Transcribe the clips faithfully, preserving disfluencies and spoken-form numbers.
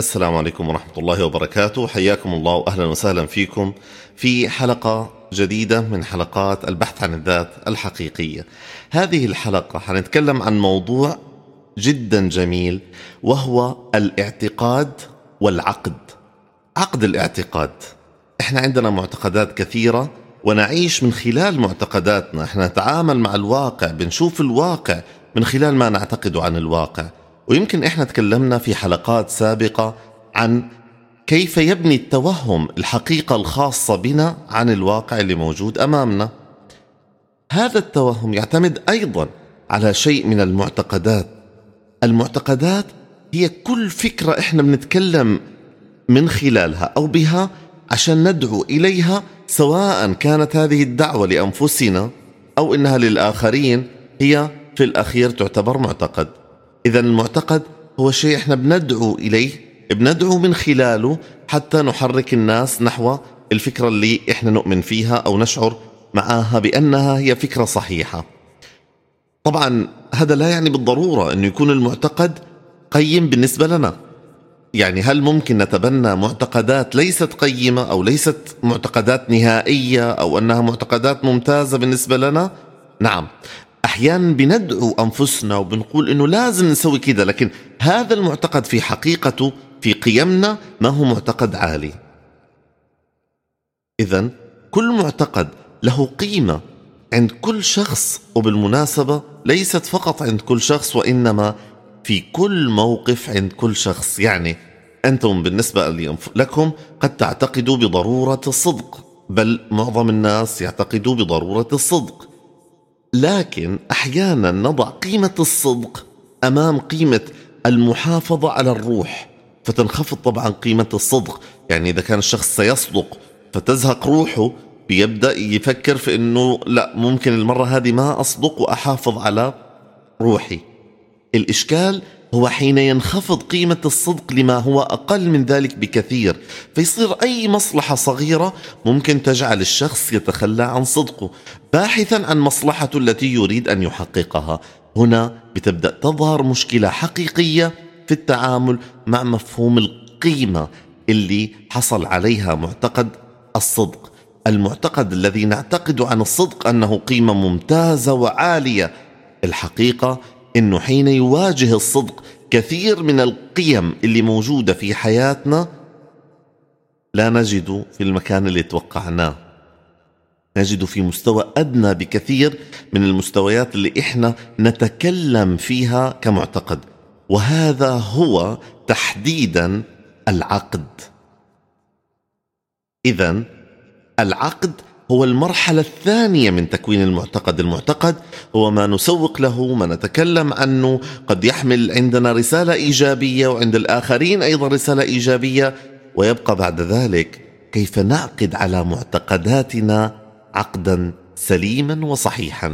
السلام عليكم ورحمة الله وبركاته. حياكم الله وأهلا وسهلا فيكم في حلقة جديدة من حلقات البحث عن الذات الحقيقية. هذه الحلقة حنتكلم عن موضوع جدا جميل، وهو الاعتقاد والعقد. عقد الاعتقاد. احنا عندنا معتقدات كثيرة ونعيش من خلال معتقداتنا. احنا نتعامل مع الواقع، بنشوف الواقع من خلال ما نعتقده عن الواقع. ويمكن احنا تكلمنا في حلقات سابقة عن كيف يبني التوهم الحقيقة الخاصة بنا عن الواقع اللي موجود أمامنا. هذا التوهم يعتمد أيضا على شيء من المعتقدات. المعتقدات هي كل فكرة احنا بنتكلم من خلالها أو بها عشان ندعو إليها، سواء كانت هذه الدعوة لأنفسنا أو إنها للآخرين، هي في الأخير تعتبر معتقد. إذا المعتقد هو شيء احنا بندعو إليه، بندعو من خلاله حتى نحرك الناس نحو الفكرة اللي احنا نؤمن فيها أو نشعر معها بأنها هي فكرة صحيحة. طبعا هذا لا يعني بالضرورة أنه يكون المعتقد قيم بالنسبة لنا. يعني هل ممكن نتبنى معتقدات ليست قيمة أو ليست معتقدات نهائية أو أنها معتقدات ممتازة بالنسبة لنا؟ نعم، أحيانا بندعو أنفسنا وبنقول إنه لازم نسوي كده، لكن هذا المعتقد في حقيقته في قيمنا ما هو معتقد عالي. إذن كل معتقد له قيمة عند كل شخص، وبالمناسبة ليست فقط عند كل شخص وإنما في كل موقف عند كل شخص. يعني أنتم بالنسبة لكم قد تعتقدوا بضرورة الصدق، بل معظم الناس يعتقدوا بضرورة الصدق، لكن أحيانا نضع قيمة الصدق أمام قيمة المحافظة على الروح، فتنخفض طبعا قيمة الصدق. يعني إذا كان الشخص سيصدق فتزهق روحه، بيبدأ يفكر في أنه لا، ممكن المرة هذه ما أصدق وأحافظ على روحي. الإشكال هو حين ينخفض قيمة الصدق لما هو أقل من ذلك بكثير، فيصير أي مصلحة صغيرة ممكن تجعل الشخص يتخلى عن صدقه باحثا عن مصلحته التي يريد أن يحققها. هنا بتبدأ تظهر مشكلة حقيقية في التعامل مع مفهوم القيمة اللي حصل عليها معتقد الصدق. المعتقد الذي نعتقد عن الصدق أنه قيمة ممتازة وعالية، الحقيقة إنه حين يواجه الصدق كثير من القيم اللي موجودة في حياتنا لا نجد في المكان اللي توقعناه، نجد في مستوى أدنى بكثير من المستويات اللي إحنا نتكلم فيها كمعتقد. وهذا هو تحديدا العقد. إذن العقد هو المرحلة الثانية من تكوين المعتقد. المعتقد هو ما نسوق له، ما نتكلم عنه، قد يحمل عندنا رسالة إيجابية وعند الآخرين أيضا رسالة إيجابية، ويبقى بعد ذلك كيف نعقد على معتقداتنا عقدا سليما وصحيحا.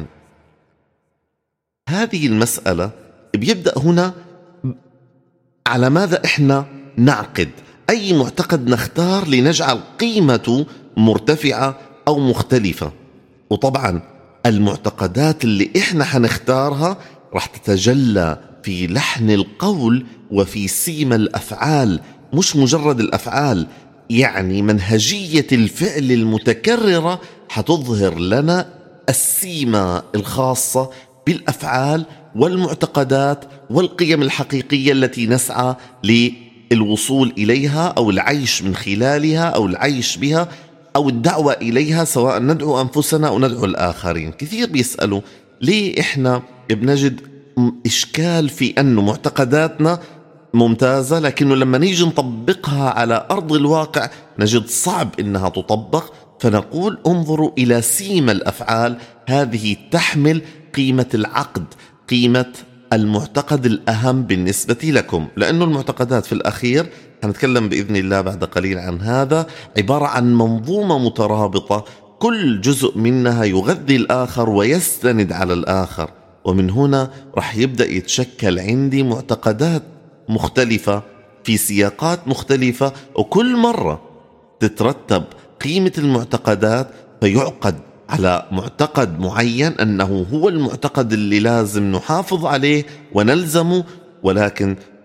هذه المسألة بيبدأ هنا على ماذا إحنا نعقد. أي معتقد نختار لنجعل قيمته مرتفعة أو مختلفة. وطبعا المعتقدات اللي إحنا حنختارها راح تتجلى في لحن القول وفي سيما الأفعال، مش مجرد الأفعال، يعني منهجية الفعل المتكررة حتظهر لنا السيمة الخاصة بالأفعال والمعتقدات والقيم الحقيقية التي نسعى للوصول إليها أو العيش من خلالها أو العيش بها أو الدعوة إليها، سواء ندعو أنفسنا أو ندعو الآخرين. كثير بيسألوا ليه إحنا بنجد إشكال في أنه معتقداتنا ممتازة، لكنه لما نيجي نطبقها على أرض الواقع نجد صعب إنها تطبق. فنقول انظروا إلى سيما الأفعال، هذه تحمل قيمة العقد، قيمة المعتقد الأهم بالنسبة لكم. لأنه المعتقدات في الأخير هنتكلم بإذن الله بعد قليل عن هذا، عبارة عن منظومة مترابطة، كل جزء منها يغذي الآخر ويستند على الآخر. ومن هنا رح يبدأ يتشكل عندي معتقدات مختلفة في سياقات مختلفة، وكل مرة تترتب قيمة المعتقدات فيعقد على معتقد معين أنه هو المعتقد اللي لازم نحافظ عليه ونلزمه، ولكن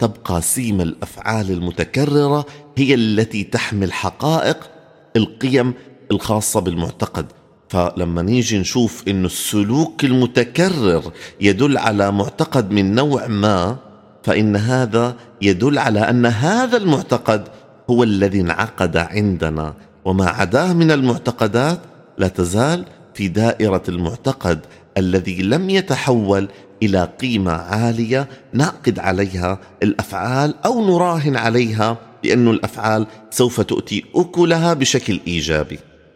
تبقى سيما الأفعال المتكررة هي التي تحمل حقائق القيم الخاصة بالمعتقد. فلما نيجي نشوف إنه السلوك المتكرر يدل على معتقد من نوع ما، فإن هذا يدل على أن هذا المعتقد هو الذي انعقد عندنا، وما عداه من المعتقدات لا تزال في دائرة المعتقد الذي لم يتحول إلى قيمة عالية نعقد عليها الأفعال أو نراهن عليها بأن الأفعال سوف تؤتي أكلها بشكل إيجابي.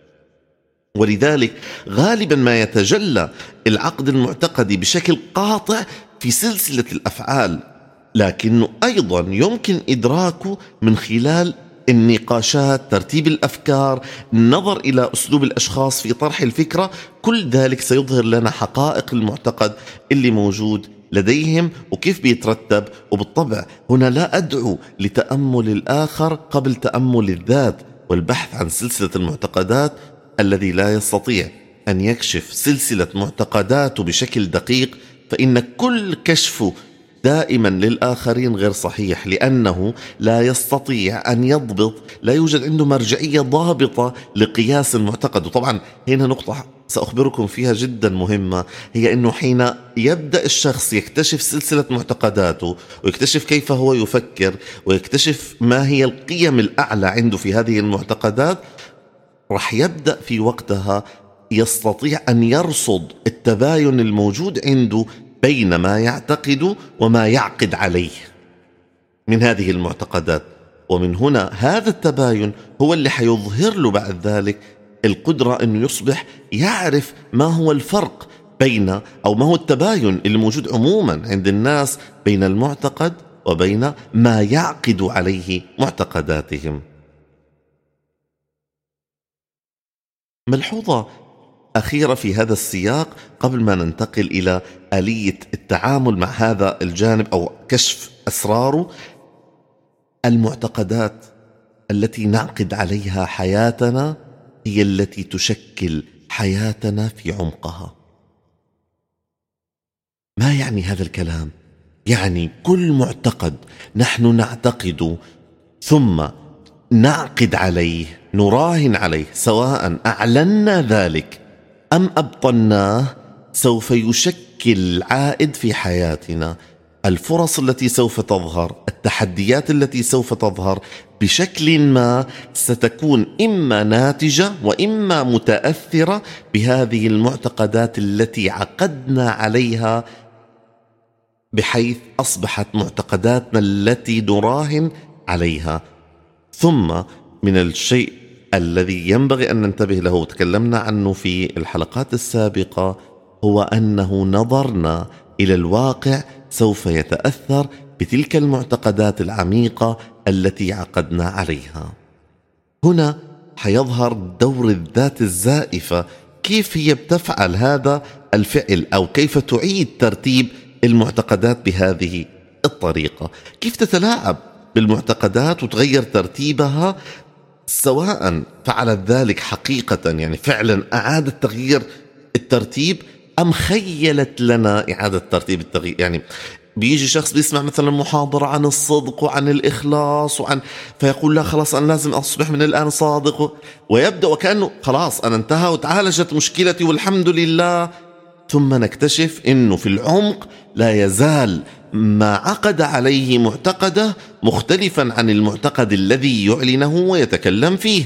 ولذلك غالبا ما يتجلى العقد المعتقدي بشكل قاطع في سلسلة الأفعال، لكنه أيضا يمكن إدراكه من خلال النقاشات، ترتيب الأفكار، النظر إلى أسلوب الأشخاص في طرح الفكرة. كل ذلك سيظهر لنا حقائق المعتقد اللي موجود لديهم وكيف بيترتب. وبالطبع هنا لا أدعو لتأمل الآخر قبل تأمل الذات والبحث عن سلسلة المعتقدات. الذي لا يستطيع أن يكشف سلسلة معتقداته بشكل دقيق فإن كل كشفه دائما للآخرين غير صحيح، لأنه لا يستطيع أن يضبط، لا يوجد عنده مرجعية ضابطة لقياس المعتقد. وطبعا هنا نقطة سأخبركم فيها جدا مهمة، هي أنه حين يبدأ الشخص يكتشف سلسلة معتقداته ويكتشف كيف هو يفكر ويكتشف ما هي القيم الأعلى عنده في هذه المعتقدات، رح يبدأ في وقتها يستطيع أن يرصد التباين الموجود عنده بين ما يعتقد وما يعقد عليه من هذه المعتقدات. ومن هنا هذا التباين هو اللي حيظهر له بعد ذلك القدرة أنه يصبح يعرف ما هو الفرق بين أو ما هو التباين اللي موجود عموما عند الناس بين المعتقد وبين ما يعقد عليه معتقداتهم. ملحوظة أخيرة في هذا السياق قبل ما ننتقل إلى آلية التعامل مع هذا الجانب أو كشف أسراره: المعتقدات التي نعقد عليها حياتنا هي التي تشكل حياتنا في عمقها. ما يعني هذا الكلام؟ يعني كل معتقد نحن نعتقده ثم نعقد عليه، نراهن عليه، سواء أعلنا ذلك أم أبطناه، سوف يشكل عائد في حياتنا. الفرص التي سوف تظهر، التحديات التي سوف تظهر بشكل ما ستكون إما ناتجة وإما متأثرة بهذه المعتقدات التي عقدنا عليها، بحيث أصبحت معتقداتنا التي نراهن عليها. ثم من الشيء الذي ينبغي أن ننتبه له وتكلمنا عنه في الحلقات السابقة هو أنه نظرنا إلى الواقع سوف يتأثر بتلك المعتقدات العميقة التي عقدنا عليها. هنا حيظهر دور الذات الزائفة، كيف هي بتفعل هذا الفعل أو كيف تعيد ترتيب المعتقدات بهذه الطريقة، كيف تتلاعب بالمعتقدات وتغير ترتيبها، سواء فعلت ذلك حقيقة يعني فعلا أعادت تغيير الترتيب أم خيلت لنا إعادة ترتيب التغيير. يعني بيجي شخص بيسمع مثلا محاضرة عن الصدق وعن الإخلاص وعن فيقول لا خلاص أنا لازم أصبح من الآن صادق، ويبدأ وكأنه خلاص أنا انتهى وتعالجت مشكلتي والحمد لله. ثم نكتشف أنه في العمق لا يزال ما عقد عليه معتقده مختلفا عن المعتقد الذي يعلنه ويتكلم فيه.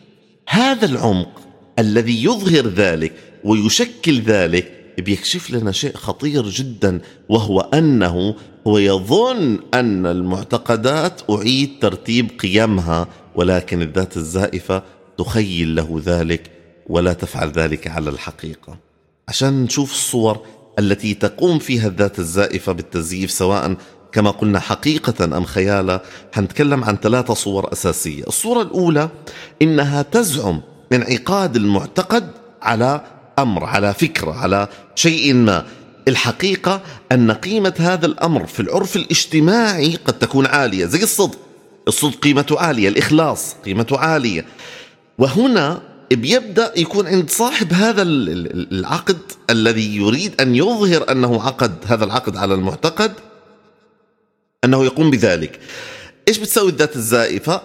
هذا العمق الذي يظهر ذلك ويشكل ذلك بيكشف لنا شيء خطير جدا، وهو أنه هو يظن أن المعتقدات أعيد ترتيب قيمها، ولكن الذات الزائفة تخيل له ذلك ولا تفعل ذلك على الحقيقة. عشان نشوف الصور التي تقوم فيها الذات الزائفة بالتزييف سواء كما قلنا حقيقة أم خيالا، حنتكلم عن ثلاثة صور أساسية. الصورة الأولى إنها تزعم انعقاد المعتقد على أمر، على فكرة، على شيء ما. الحقيقة أن قيمة هذا الأمر في العرف الاجتماعي قد تكون عالية، زي الصدق. الصدق قيمته عالية، الإخلاص قيمته عالية. وهنا بيبدأ يكون عند صاحب هذا العقد الذي يريد أن يظهر أنه عقد هذا العقد على المعتقد أنه يقوم بذلك. إيش بتسوي الذات الزائفة؟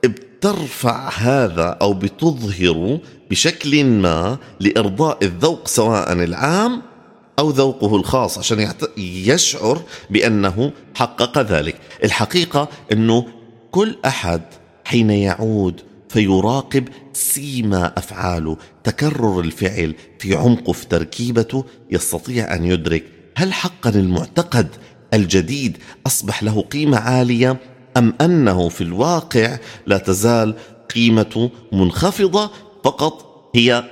بترفع هذا أو بتظهر بشكل ما لإرضاء الذوق سواء العام أو ذوقه الخاص عشان يشعر بأنه حقق ذلك. الحقيقة أنه كل أحد حين يعود فيراقب سيما أفعاله، تكرر الفعل في عمقه في تركيبته، يستطيع أن يدرك هل حقا المعتقد الجديد أصبح له قيمة عالية أم أنه في الواقع لا تزال قيمته منخفضة، فقط هي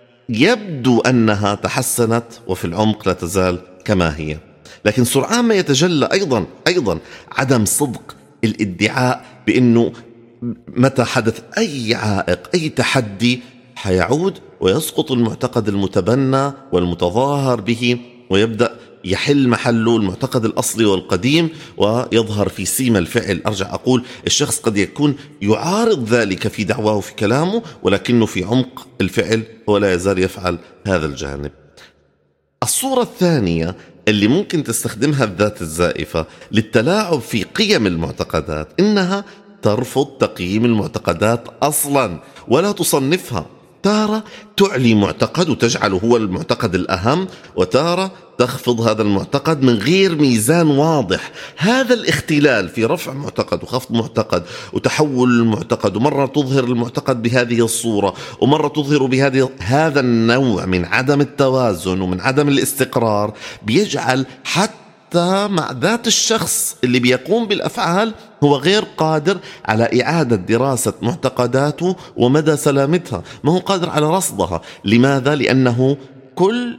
يبدو أنها تحسنت وفي العمق لا تزال كما هي. لكن سرعان ما يتجلى أيضا أيضا عدم صدق الادعاء بأنه متى حدث أي عائق أي تحدي حيعود ويسقط المعتقد المتبنى والمتظاهر به، ويبدأ يحل محله المعتقد الأصلي والقديم ويظهر في سيما الفعل. أرجع أقول الشخص قد يكون يعارض ذلك في دعواه وفي كلامه، ولكنه في عمق الفعل هو لا يزال يفعل هذا الجانب. الصورة الثانية اللي ممكن تستخدمها الذات الزائفة للتلاعب في قيم المعتقدات إنها ترفض تقييم المعتقدات أصلا ولا تصنفها. تارة تعلي معتقد وتجعله هو المعتقد الأهم، وتارة تخفض هذا المعتقد من غير ميزان واضح. هذا الاختلال في رفع معتقد وخفض معتقد وتحول المعتقد، ومرة تظهر المعتقد بهذه الصورة ومرة تظهر بهذه، هذا النوع من عدم التوازن ومن عدم الاستقرار بيجعل حتى مع ذات الشخص اللي بيقوم بالأفعال هو غير قادر على إعادة دراسة معتقداته ومدى سلامتها، ما هو قادر على رصدها. لماذا؟ لأنه كل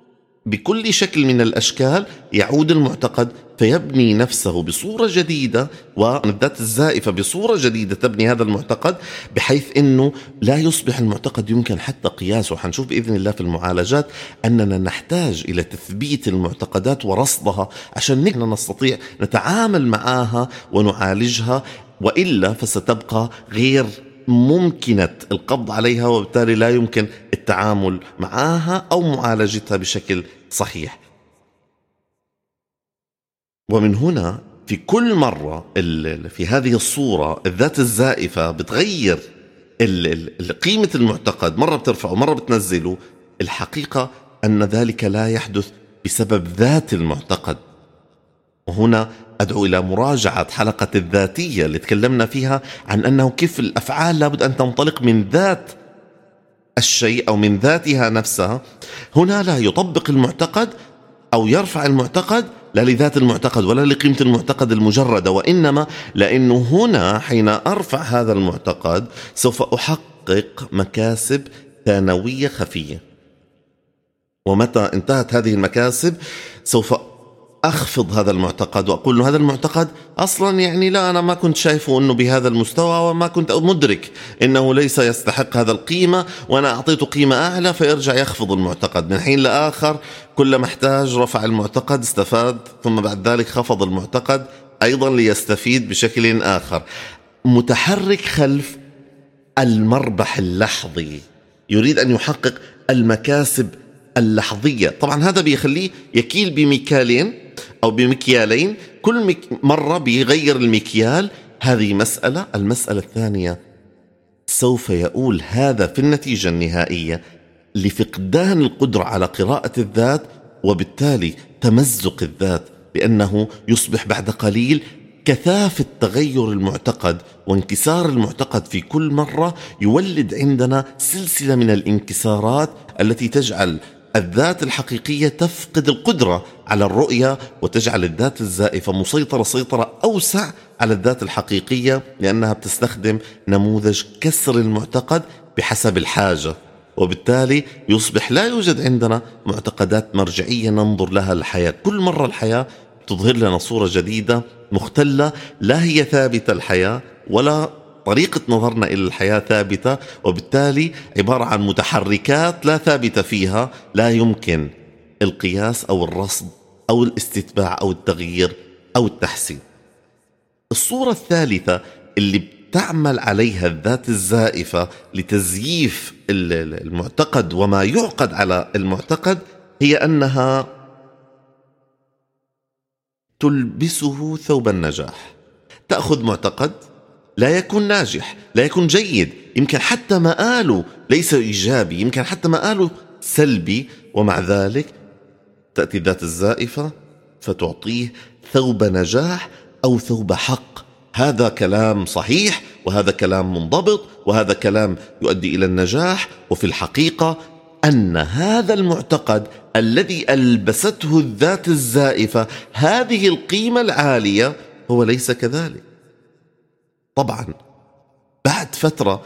بكل شكل من الأشكال يعود المعتقد فيبني نفسه بصورة جديدة، والذات الزائفة بصورة جديدة تبني هذا المعتقد بحيث أنه لا يصبح المعتقد يمكن حتى قياسه. حنشوف بإذن الله في المعالجات أننا نحتاج إلى تثبيت المعتقدات ورصدها عشان نحن نستطيع نتعامل معها ونعالجها، وإلا فستبقى غير ممكنة القبض عليها، وبالتالي لا يمكن التعامل معها أو معالجتها بشكل صحيح. ومن هنا في كل مرة في هذه الصورة الذات الزائفة بتغير قيمة المعتقد، مرة بترفعه مرة بتنزله. الحقيقة أن ذلك لا يحدث بسبب ذات المعتقد. وهنا أدعو إلى مراجعة حلقة الذاتية اللي تكلمنا فيها عن أنه كيف الأفعال لابد أن تنطلق من ذات الشيء أو من ذاتها نفسها. هنا لا يطبق المعتقد أو يرفع المعتقد لا لذات المعتقد ولا لقيمة المعتقد المجردة، وإنما لأنه هنا حين أرفع هذا المعتقد سوف أحقق مكاسب ثانوية خفية، ومتى انتهت هذه المكاسب سوف أخفض هذا المعتقد وأقول له هذا المعتقد أصلا يعني لا، أنا ما كنت شايفه أنه بهذا المستوى وما كنت مدرك أنه ليس يستحق هذا القيمة، وأنا أعطيته قيمة أعلى، فيرجع يخفض المعتقد من حين لآخر. كل ما احتاج رفع المعتقد استفاد، ثم بعد ذلك خفض المعتقد أيضا ليستفيد بشكل آخر. متحرك خلف المربح اللحظي، يريد أن يحقق المكاسب اللحظية. طبعا هذا بيخليه يكيل بمكيالين أو بمكيالين، كل مك... مرة بيغير المكيال. هذه مسألة. المسألة الثانية سوف يؤول هذا في النتيجة النهائية لفقدان القدرة على قراءة الذات، وبالتالي تمزق الذات، لأنه يصبح بعد قليل كثافة تغير المعتقد وانكسار المعتقد في كل مرة يولد عندنا سلسلة من الانكسارات التي تجعل الذات الحقيقية تفقد القدرة على الرؤية، وتجعل الذات الزائفة مسيطرة سيطرة أوسع على الذات الحقيقية، لأنها بتستخدم نموذج كسر المعتقد بحسب الحاجة، وبالتالي يصبح لا يوجد عندنا معتقدات مرجعية ننظر لها الحياة. كل مرة الحياة تظهر لنا صورة جديدة مختلة، لا هي ثابتة الحياة ولا طريقة نظرنا إلى الحياة ثابتة، وبالتالي عبارة عن متحركات لا ثابتة فيها، لا يمكن القياس أو الرصد أو الاستتباع أو التغيير أو التحسين. الصورة الثالثة اللي بتعمل عليها الذات الزائفة لتزييف المعتقد وما يعقد على المعتقد هي أنها تلبسه ثوب النجاح. تأخذ معتقد لا يكون ناجح، لا يكون جيد، يمكن حتى مآله ليس إيجابي، يمكن حتى مآله سلبي، ومع ذلك تأتي الذات الزائفة فتعطيه ثوب نجاح أو ثوب حق. هذا كلام صحيح، وهذا كلام منضبط، وهذا كلام يؤدي إلى النجاح. وفي الحقيقة أن هذا المعتقد الذي ألبسته الذات الزائفة هذه القيمة العالية هو ليس كذلك. طبعا بعد فترة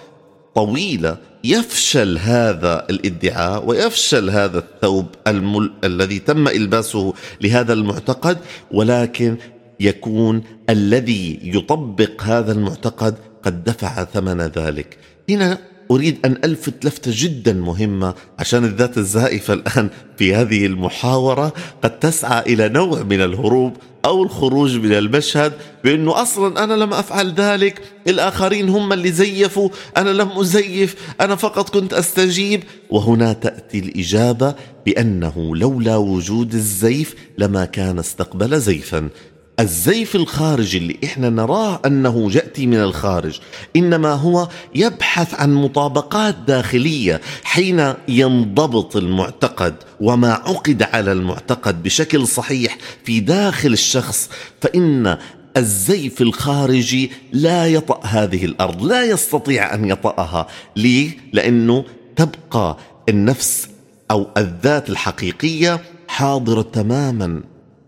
طويلة يفشل هذا الادعاء ويفشل هذا الثوب المل... الذي تم إلباسه لهذا المعتقد، ولكن يكون الذي يطبق هذا المعتقد قد دفع ثمن ذلك. هنا أريد أن ألفت لفتة جدا مهمة، عشان الذات الزائفة الآن في هذه المحاورة قد تسعى إلى نوع من الهروب أو الخروج من المشهد، بأنه أصلا أنا لم أفعل ذلك، الآخرين هم اللي زيفوا، أنا لم أزيف، أنا فقط كنت أستجيب. وهنا تأتي الإجابة بأنه لولا وجود الزيف لما كان استقبل زيفا. الزيف الخارجي اللي إحنا نراه أنه يأتي من الخارج إنما هو يبحث عن مطابقات داخلية. حين ينضبط المعتقد وما عقد على المعتقد بشكل صحيح في داخل الشخص، فإن الزيف الخارجي لا يطأ هذه الأرض، لا يستطيع أن يطأها. ليه؟ لأنه تبقى النفس أو الذات الحقيقية حاضرة تماما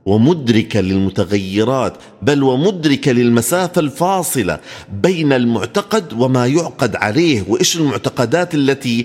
ومدركة للمتغيرات، بل ومدركة للمسافة الفاصلة بين المعتقد وما يعقد عليه، وإيش المعتقدات التي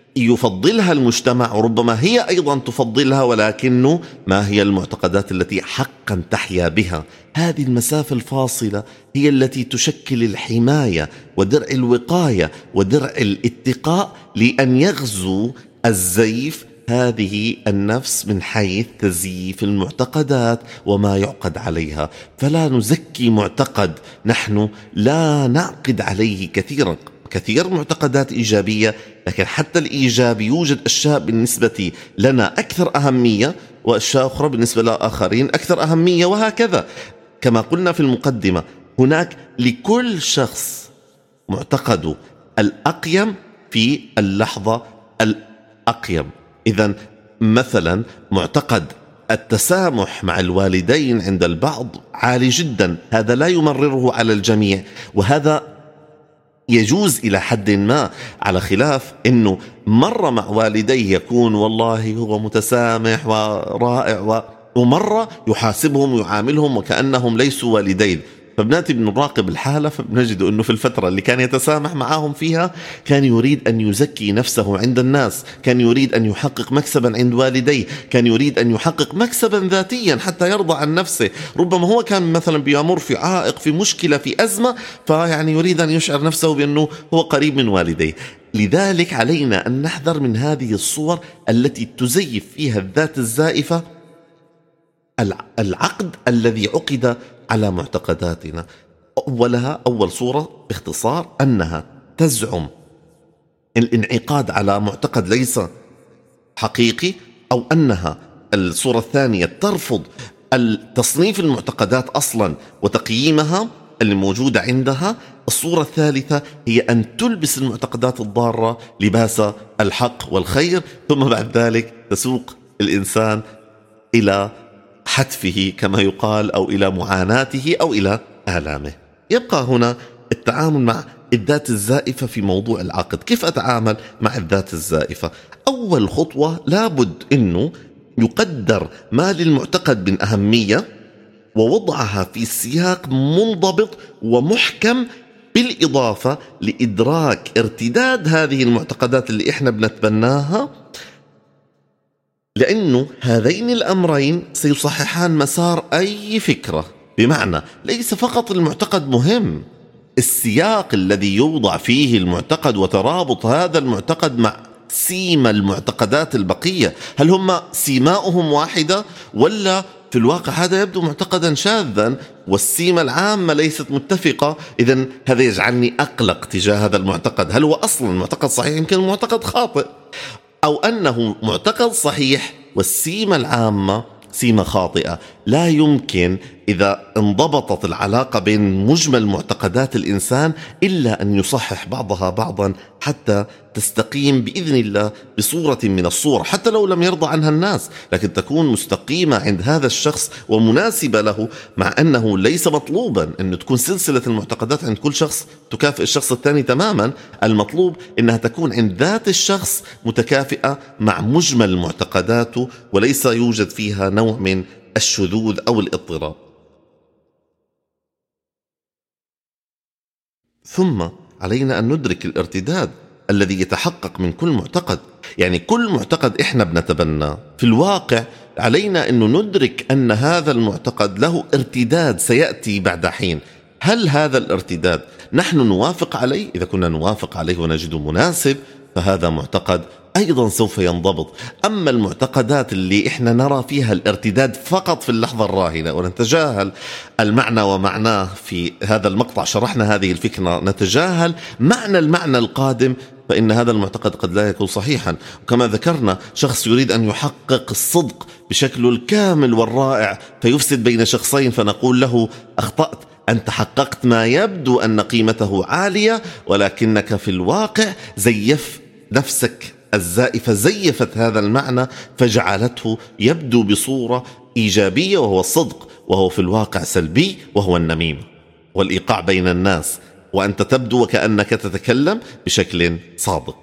يفضلها المجتمع وربما هي أيضا تفضلها، ولكنه ما هي المعتقدات التي حقا تحيا بها. هذه المسافة الفاصلة هي التي تشكل الحماية ودرع الوقاية ودرع الاتقاء لأن يغزو الزيف هذه النفس من حيث تزييف المعتقدات وما يعقد عليها. فلا نزكي معتقد، نحن لا نعقد عليه كثيرا. كثير معتقدات إيجابية، لكن حتى الإيجابي يوجد أشياء بالنسبة لنا أكثر أهمية وأشياء أخرى بالنسبة لآخرين أكثر أهمية، وهكذا. كما قلنا في المقدمة، هناك لكل شخص معتقده الأقيم في اللحظة الأقيم. إذن مثلا معتقد التسامح مع الوالدين عند البعض عالي جدا، هذا لا يمرره على الجميع، وهذا يجوز إلى حد ما، على خلاف أنه مرة مع والديه يكون والله هو متسامح ورائع، ومرة يحاسبهم ويعاملهم وكأنهم ليسوا والدين. فبناتي بنراقب الحالة فبنجد أنه في الفترة اللي كان يتسامح معهم فيها كان يريد أن يزكي نفسه عند الناس، كان يريد أن يحقق مكسبا عند والديه، كان يريد أن يحقق مكسبا ذاتيا حتى يرضى عن نفسه. ربما هو كان مثلا بيمر في عائق، في مشكلة، في أزمة، فيعني يريد أن يشعر نفسه بأنه هو قريب من والديه. لذلك علينا أن نحذر من هذه الصور التي تزيف فيها الذات الزائفة العقد الذي عقد على معتقداتنا. أولها، أول صورة باختصار، أنها تزعم الانعقاد على معتقد ليس حقيقي، أو أنها الصورة الثانية ترفض التصنيف المعتقدات أصلا وتقييمها اللي موجودة عندها. الصورة الثالثة هي أن تلبس المعتقدات الضارة لباس الحق والخير، ثم بعد ذلك تسوق الإنسان إلى حتفه كما يقال، أو إلى معاناته أو إلى آلامه. يبقى هنا التعامل مع الذات الزائفة في موضوع العقد. كيف أتعامل مع الذات الزائفة؟ أول خطوة لابد أنه يقدر ما للمعتقد من أهمية ووضعها في سياق منضبط ومحكم، بالإضافة لإدراك ارتداد هذه المعتقدات اللي إحنا بنتبناها، لأنه هذين الأمرين سيصححان مسار أي فكرة. بمعنى ليس فقط المعتقد مهم، السياق الذي يوضع فيه المعتقد وترابط هذا المعتقد مع سيما المعتقدات البقية. هل هم سيماؤهم واحدة، ولا في الواقع هذا يبدو معتقدا شاذا والسيمة العامة ليست متفقة؟ إذن هذا يجعلني أقلق تجاه هذا المعتقد. هل هو أصلا معتقد صحيح؟ يمكن معتقد خاطئ، أو أنه معتقد صحيح والسيمة العامة سيمة خاطئة. لا يمكن إذا انضبطت العلاقة بين مجمل معتقدات الإنسان إلا أن يصحح بعضها بعضا حتى تستقيم بإذن الله بصورة من الصور، حتى لو لم يرضى عنها الناس، لكن تكون مستقيمة عند هذا الشخص ومناسبة له، مع أنه ليس مطلوبا أن تكون سلسلة المعتقدات عند كل شخص تكافئ الشخص الثاني تماما. المطلوب أنها تكون عند ذات الشخص متكافئة مع مجمل معتقداته، وليس يوجد فيها نوع من الشذوذ أو الاضطراب. ثم علينا أن ندرك الارتداد الذي يتحقق من كل معتقد. يعني كل معتقد إحنا بنتبناه في الواقع علينا أن ندرك أن هذا المعتقد له ارتداد سيأتي بعد حين. هل هذا الارتداد نحن نوافق عليه؟ إذا كنا نوافق عليه ونجده مناسب فهذا معتقد أيضا سوف ينضبط. أما المعتقدات اللي إحنا نرى فيها الارتداد فقط في اللحظة الراهنة ونتجاهل المعنى ومعناه، في هذا المقطع شرحنا هذه الفكرة، نتجاهل معنى المعنى القادم، فإن هذا المعتقد قد لا يكون صحيحا. وكما ذكرنا شخص يريد أن يحقق الصدق بشكله الكامل والرائع فيفسد بين شخصين، فنقول له أخطأت، أنت حققت ما يبدو أن قيمته عالية ولكنك في الواقع زيف نفسك الزائفة، زيفت هذا المعنى فجعلته يبدو بصورة إيجابية وهو الصدق، وهو في الواقع سلبي وهو النميمة والإيقاع بين الناس، وأنت تبدو وكأنك تتكلم بشكل صادق.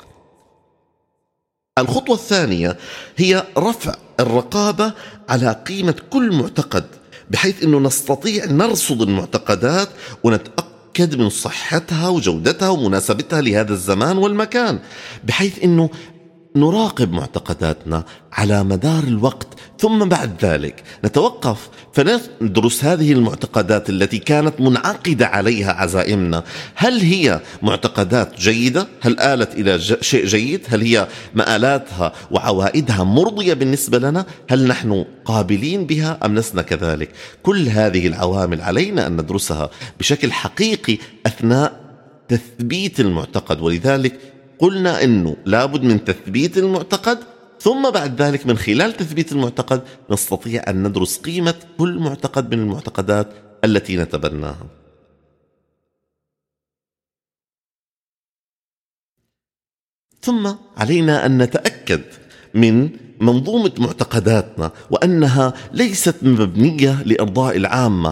الخطوة الثانية هي رفع الرقابة على قيمة كل معتقد، بحيث أنه نستطيع نرصد المعتقدات ونتأكد من صحتها وجودتها ومناسبتها لهذا الزمان والمكان، بحيث أنه نراقب معتقداتنا على مدار الوقت، ثم بعد ذلك نتوقف فندرس هذه المعتقدات التي كانت منعقدة عليها عزائمنا. هل هي معتقدات جيدة؟ هل آلت إلى شيء جيد؟ هل هي مآلاتها وعوائدها مرضية بالنسبة لنا؟ هل نحن قابلين بها أم لسنا كذلك؟ كل هذه العوامل علينا أن ندرسها بشكل حقيقي أثناء تثبيت المعتقد. ولذلك قلنا أنه لابد من تثبيت المعتقد، ثم بعد ذلك من خلال تثبيت المعتقد نستطيع أن ندرس قيمة كل معتقد من المعتقدات التي نتبناها. ثم علينا أن نتأكد من منظومة معتقداتنا وأنها ليست مبنية لإرضاء العامة.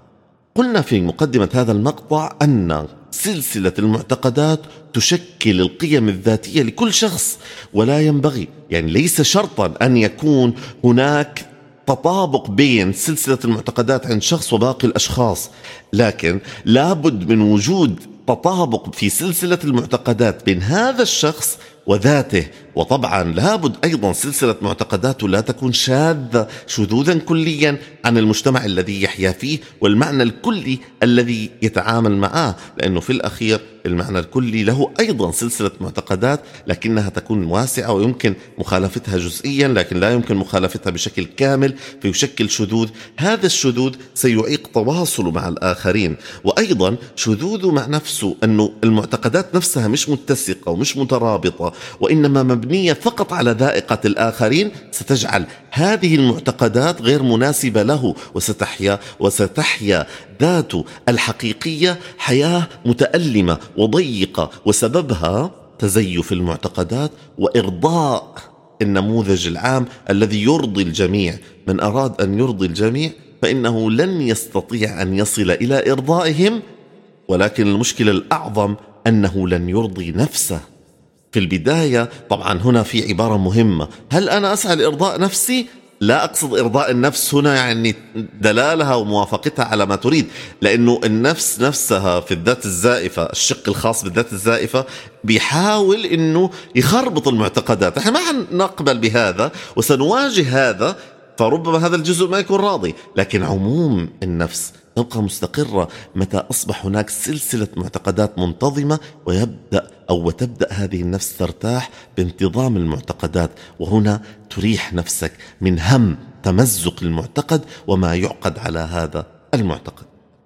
قلنا في مقدمة هذا المقطع أن سلسلة المعتقدات تشكل القيم الذاتية لكل شخص، ولا ينبغي، يعني ليس شرطا أن يكون هناك تطابق بين سلسلة المعتقدات عند شخص وباقي الأشخاص، لكن لابد من وجود تطابق في سلسلة المعتقدات بين هذا الشخص وذاته. وطبعا لابد أيضا سلسلة معتقداته لا تكون شاذة شذوذا كليا عن المجتمع الذي يحيا فيه والمعنى الكلي الذي يتعامل معه، لأنه في الأخير المعنى الكلي له أيضا سلسلة معتقدات، لكنها تكون واسعة ويمكن مخالفتها جزئيا لكن لا يمكن مخالفتها بشكل كامل فيشكل شذوذ. هذا الشذوذ سيعيق تواصله مع الآخرين، وأيضا شذوذه مع نفسه أنه المعتقدات نفسها مش متسقة ومش مترابطة وإنما مبنية فقط على ذائقة الآخرين، ستجعل هذه المعتقدات غير مناسبة له، وستحيا وستحيا ذاته الحقيقية حياة متألمة وضيقة، وسببها تزيف المعتقدات وإرضاء النموذج العام الذي يرضي الجميع. من أراد أن يرضي الجميع فإنه لن يستطيع أن يصل إلى إرضائهم، ولكن المشكلة الأعظم أنه لن يرضي نفسه في البداية. طبعا هنا في عبارة مهمة، هل أنا أسعى لإرضاء نفسي؟ لا أقصد إرضاء النفس هنا يعني دلالها وموافقتها على ما تريد، لأنه النفس نفسها في الذات الزائفة، الشق الخاص بالذات الزائفة بيحاول أنه يخربط المعتقدات. احنا ما نقبل بهذا وسنواجه هذا، فربما هذا الجزء ما يكون راضي، لكن عموم النفس تبقى مستقرة متى أصبح هناك سلسلة معتقدات منتظمة، ويبدأ أو وتبدأ هذه النفس ترتاح بانتظام المعتقدات، وهنا تريح نفسك من هم تمزق المعتقد وما يعقد على هذا المعتقد.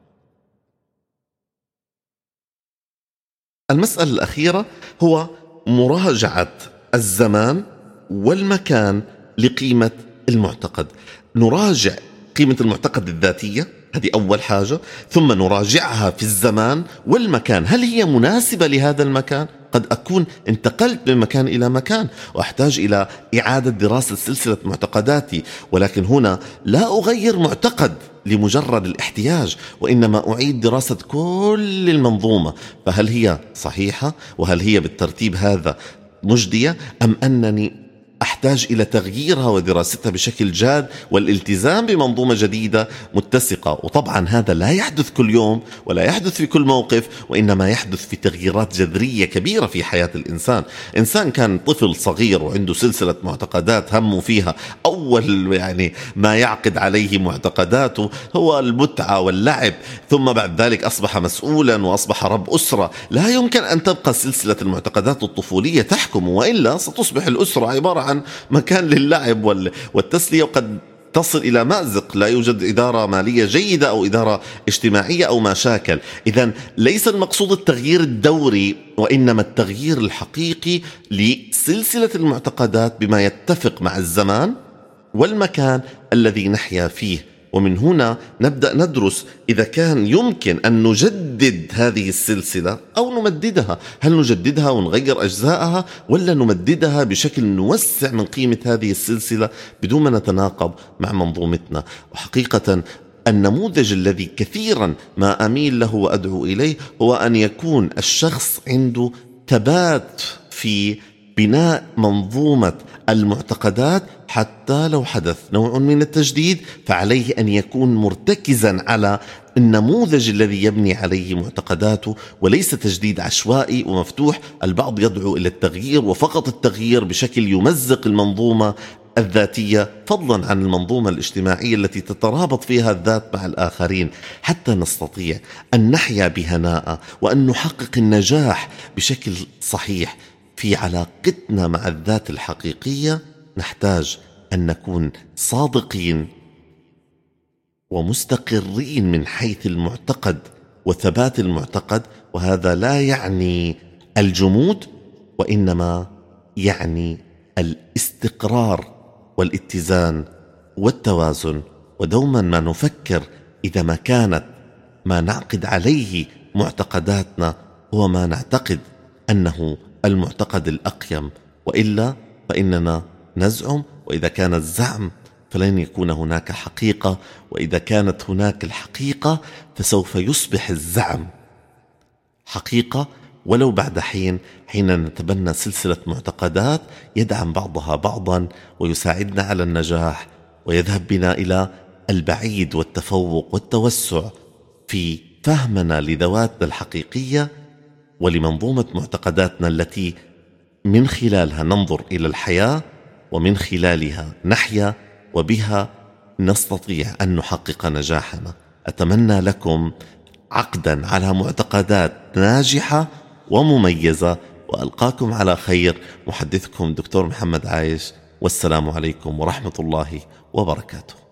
المسألة الأخيرة هو مراجعة الزمان والمكان لقيمة المعتقد. نراجع قيمة المعتقد الذاتية، هذه أول حاجة. ثم نراجعها في الزمان والمكان، هل هي مناسبة لهذا المكان؟ قد أكون انتقلت من مكان إلى مكان وأحتاج إلى إعادة دراسة سلسلة معتقداتي، ولكن هنا لا أغير معتقد لمجرد الاحتياج، وإنما أعيد دراسة كل المنظومة، فهل هي صحيحة وهل هي بالترتيب هذا مجدية، أم أنني أحتاج إلى تغييرها ودراستها بشكل جاد والالتزام بمنظومة جديدة متسقة. وطبعا هذا لا يحدث كل يوم ولا يحدث في كل موقف، وإنما يحدث في تغييرات جذرية كبيرة في حياة الإنسان. إنسان كان طفل صغير وعنده سلسلة معتقدات همه فيها، أول يعني ما يعقد عليه معتقداته هو المتعة واللعب، ثم بعد ذلك أصبح مسؤولا وأصبح رب أسرة. لا يمكن أن تبقى سلسلة المعتقدات الطفولية تحكم، وإلا ستصبح الأسرة عبارة عن مكان للعب والتسلية، وقد تصل إلى مأزق، لا يوجد إدارة مالية جيدة أو إدارة اجتماعية أو ما شاكل. إذن ليس المقصود التغيير الدوري، وإنما التغيير الحقيقي لسلسلة المعتقدات بما يتفق مع الزمان والمكان الذي نحيا فيه. ومن هنا نبدأ ندرس إذا كان يمكن أن نجدد هذه السلسلة أو نمددها. هل نجددها ونغير أجزائها، ولا نمددها بشكل نوسع من قيمة هذه السلسلة بدون ما نتناقض مع منظومتنا؟ وحقيقة النموذج الذي كثيرا ما أميل له وأدعو إليه هو أن يكون الشخص عنده ثبات في بناء منظومة المعتقدات، حتى لو حدث نوع من التجديد فعليه أن يكون مرتكزا على النموذج الذي يبني عليه معتقداته، وليس تجديد عشوائي ومفتوح. البعض يدعو إلى التغيير وفقط التغيير بشكل يمزق المنظومة الذاتية، فضلا عن المنظومة الاجتماعية التي تترابط فيها الذات مع الآخرين، حتى نستطيع أن نحيا بهناء وأن نحقق النجاح بشكل صحيح في علاقتنا مع الذات الحقيقية. نحتاج أن نكون صادقين ومستقرين من حيث المعتقد وثبات المعتقد، وهذا لا يعني الجمود، وإنما يعني الاستقرار والاتزان والتوازن. ودوما ما نفكر إذا ما كانت ما نعقد عليه معتقداتنا هو ما نعتقد أنه المعتقد الأقيم، وإلا فإننا نزعم، وإذا كان الزعم فلن يكون هناك حقيقة، وإذا كانت هناك الحقيقة فسوف يصبح الزعم حقيقة، ولو بعد حين حين نتبنى سلسلة معتقدات يدعم بعضها بعضا ويساعدنا على النجاح، ويذهب بنا إلى البعيد والتفوق والتوسع في فهمنا لذواتنا الحقيقية ولمنظومة معتقداتنا التي من خلالها ننظر إلى الحياة، ومن خلالها نحيا، وبها نستطيع أن نحقق نجاحنا. أتمنى لكم عقدا على معتقدات ناجحة ومميزة، وألقاكم على خير. محدثكم دكتور محمد عايش، والسلام عليكم ورحمة الله وبركاته.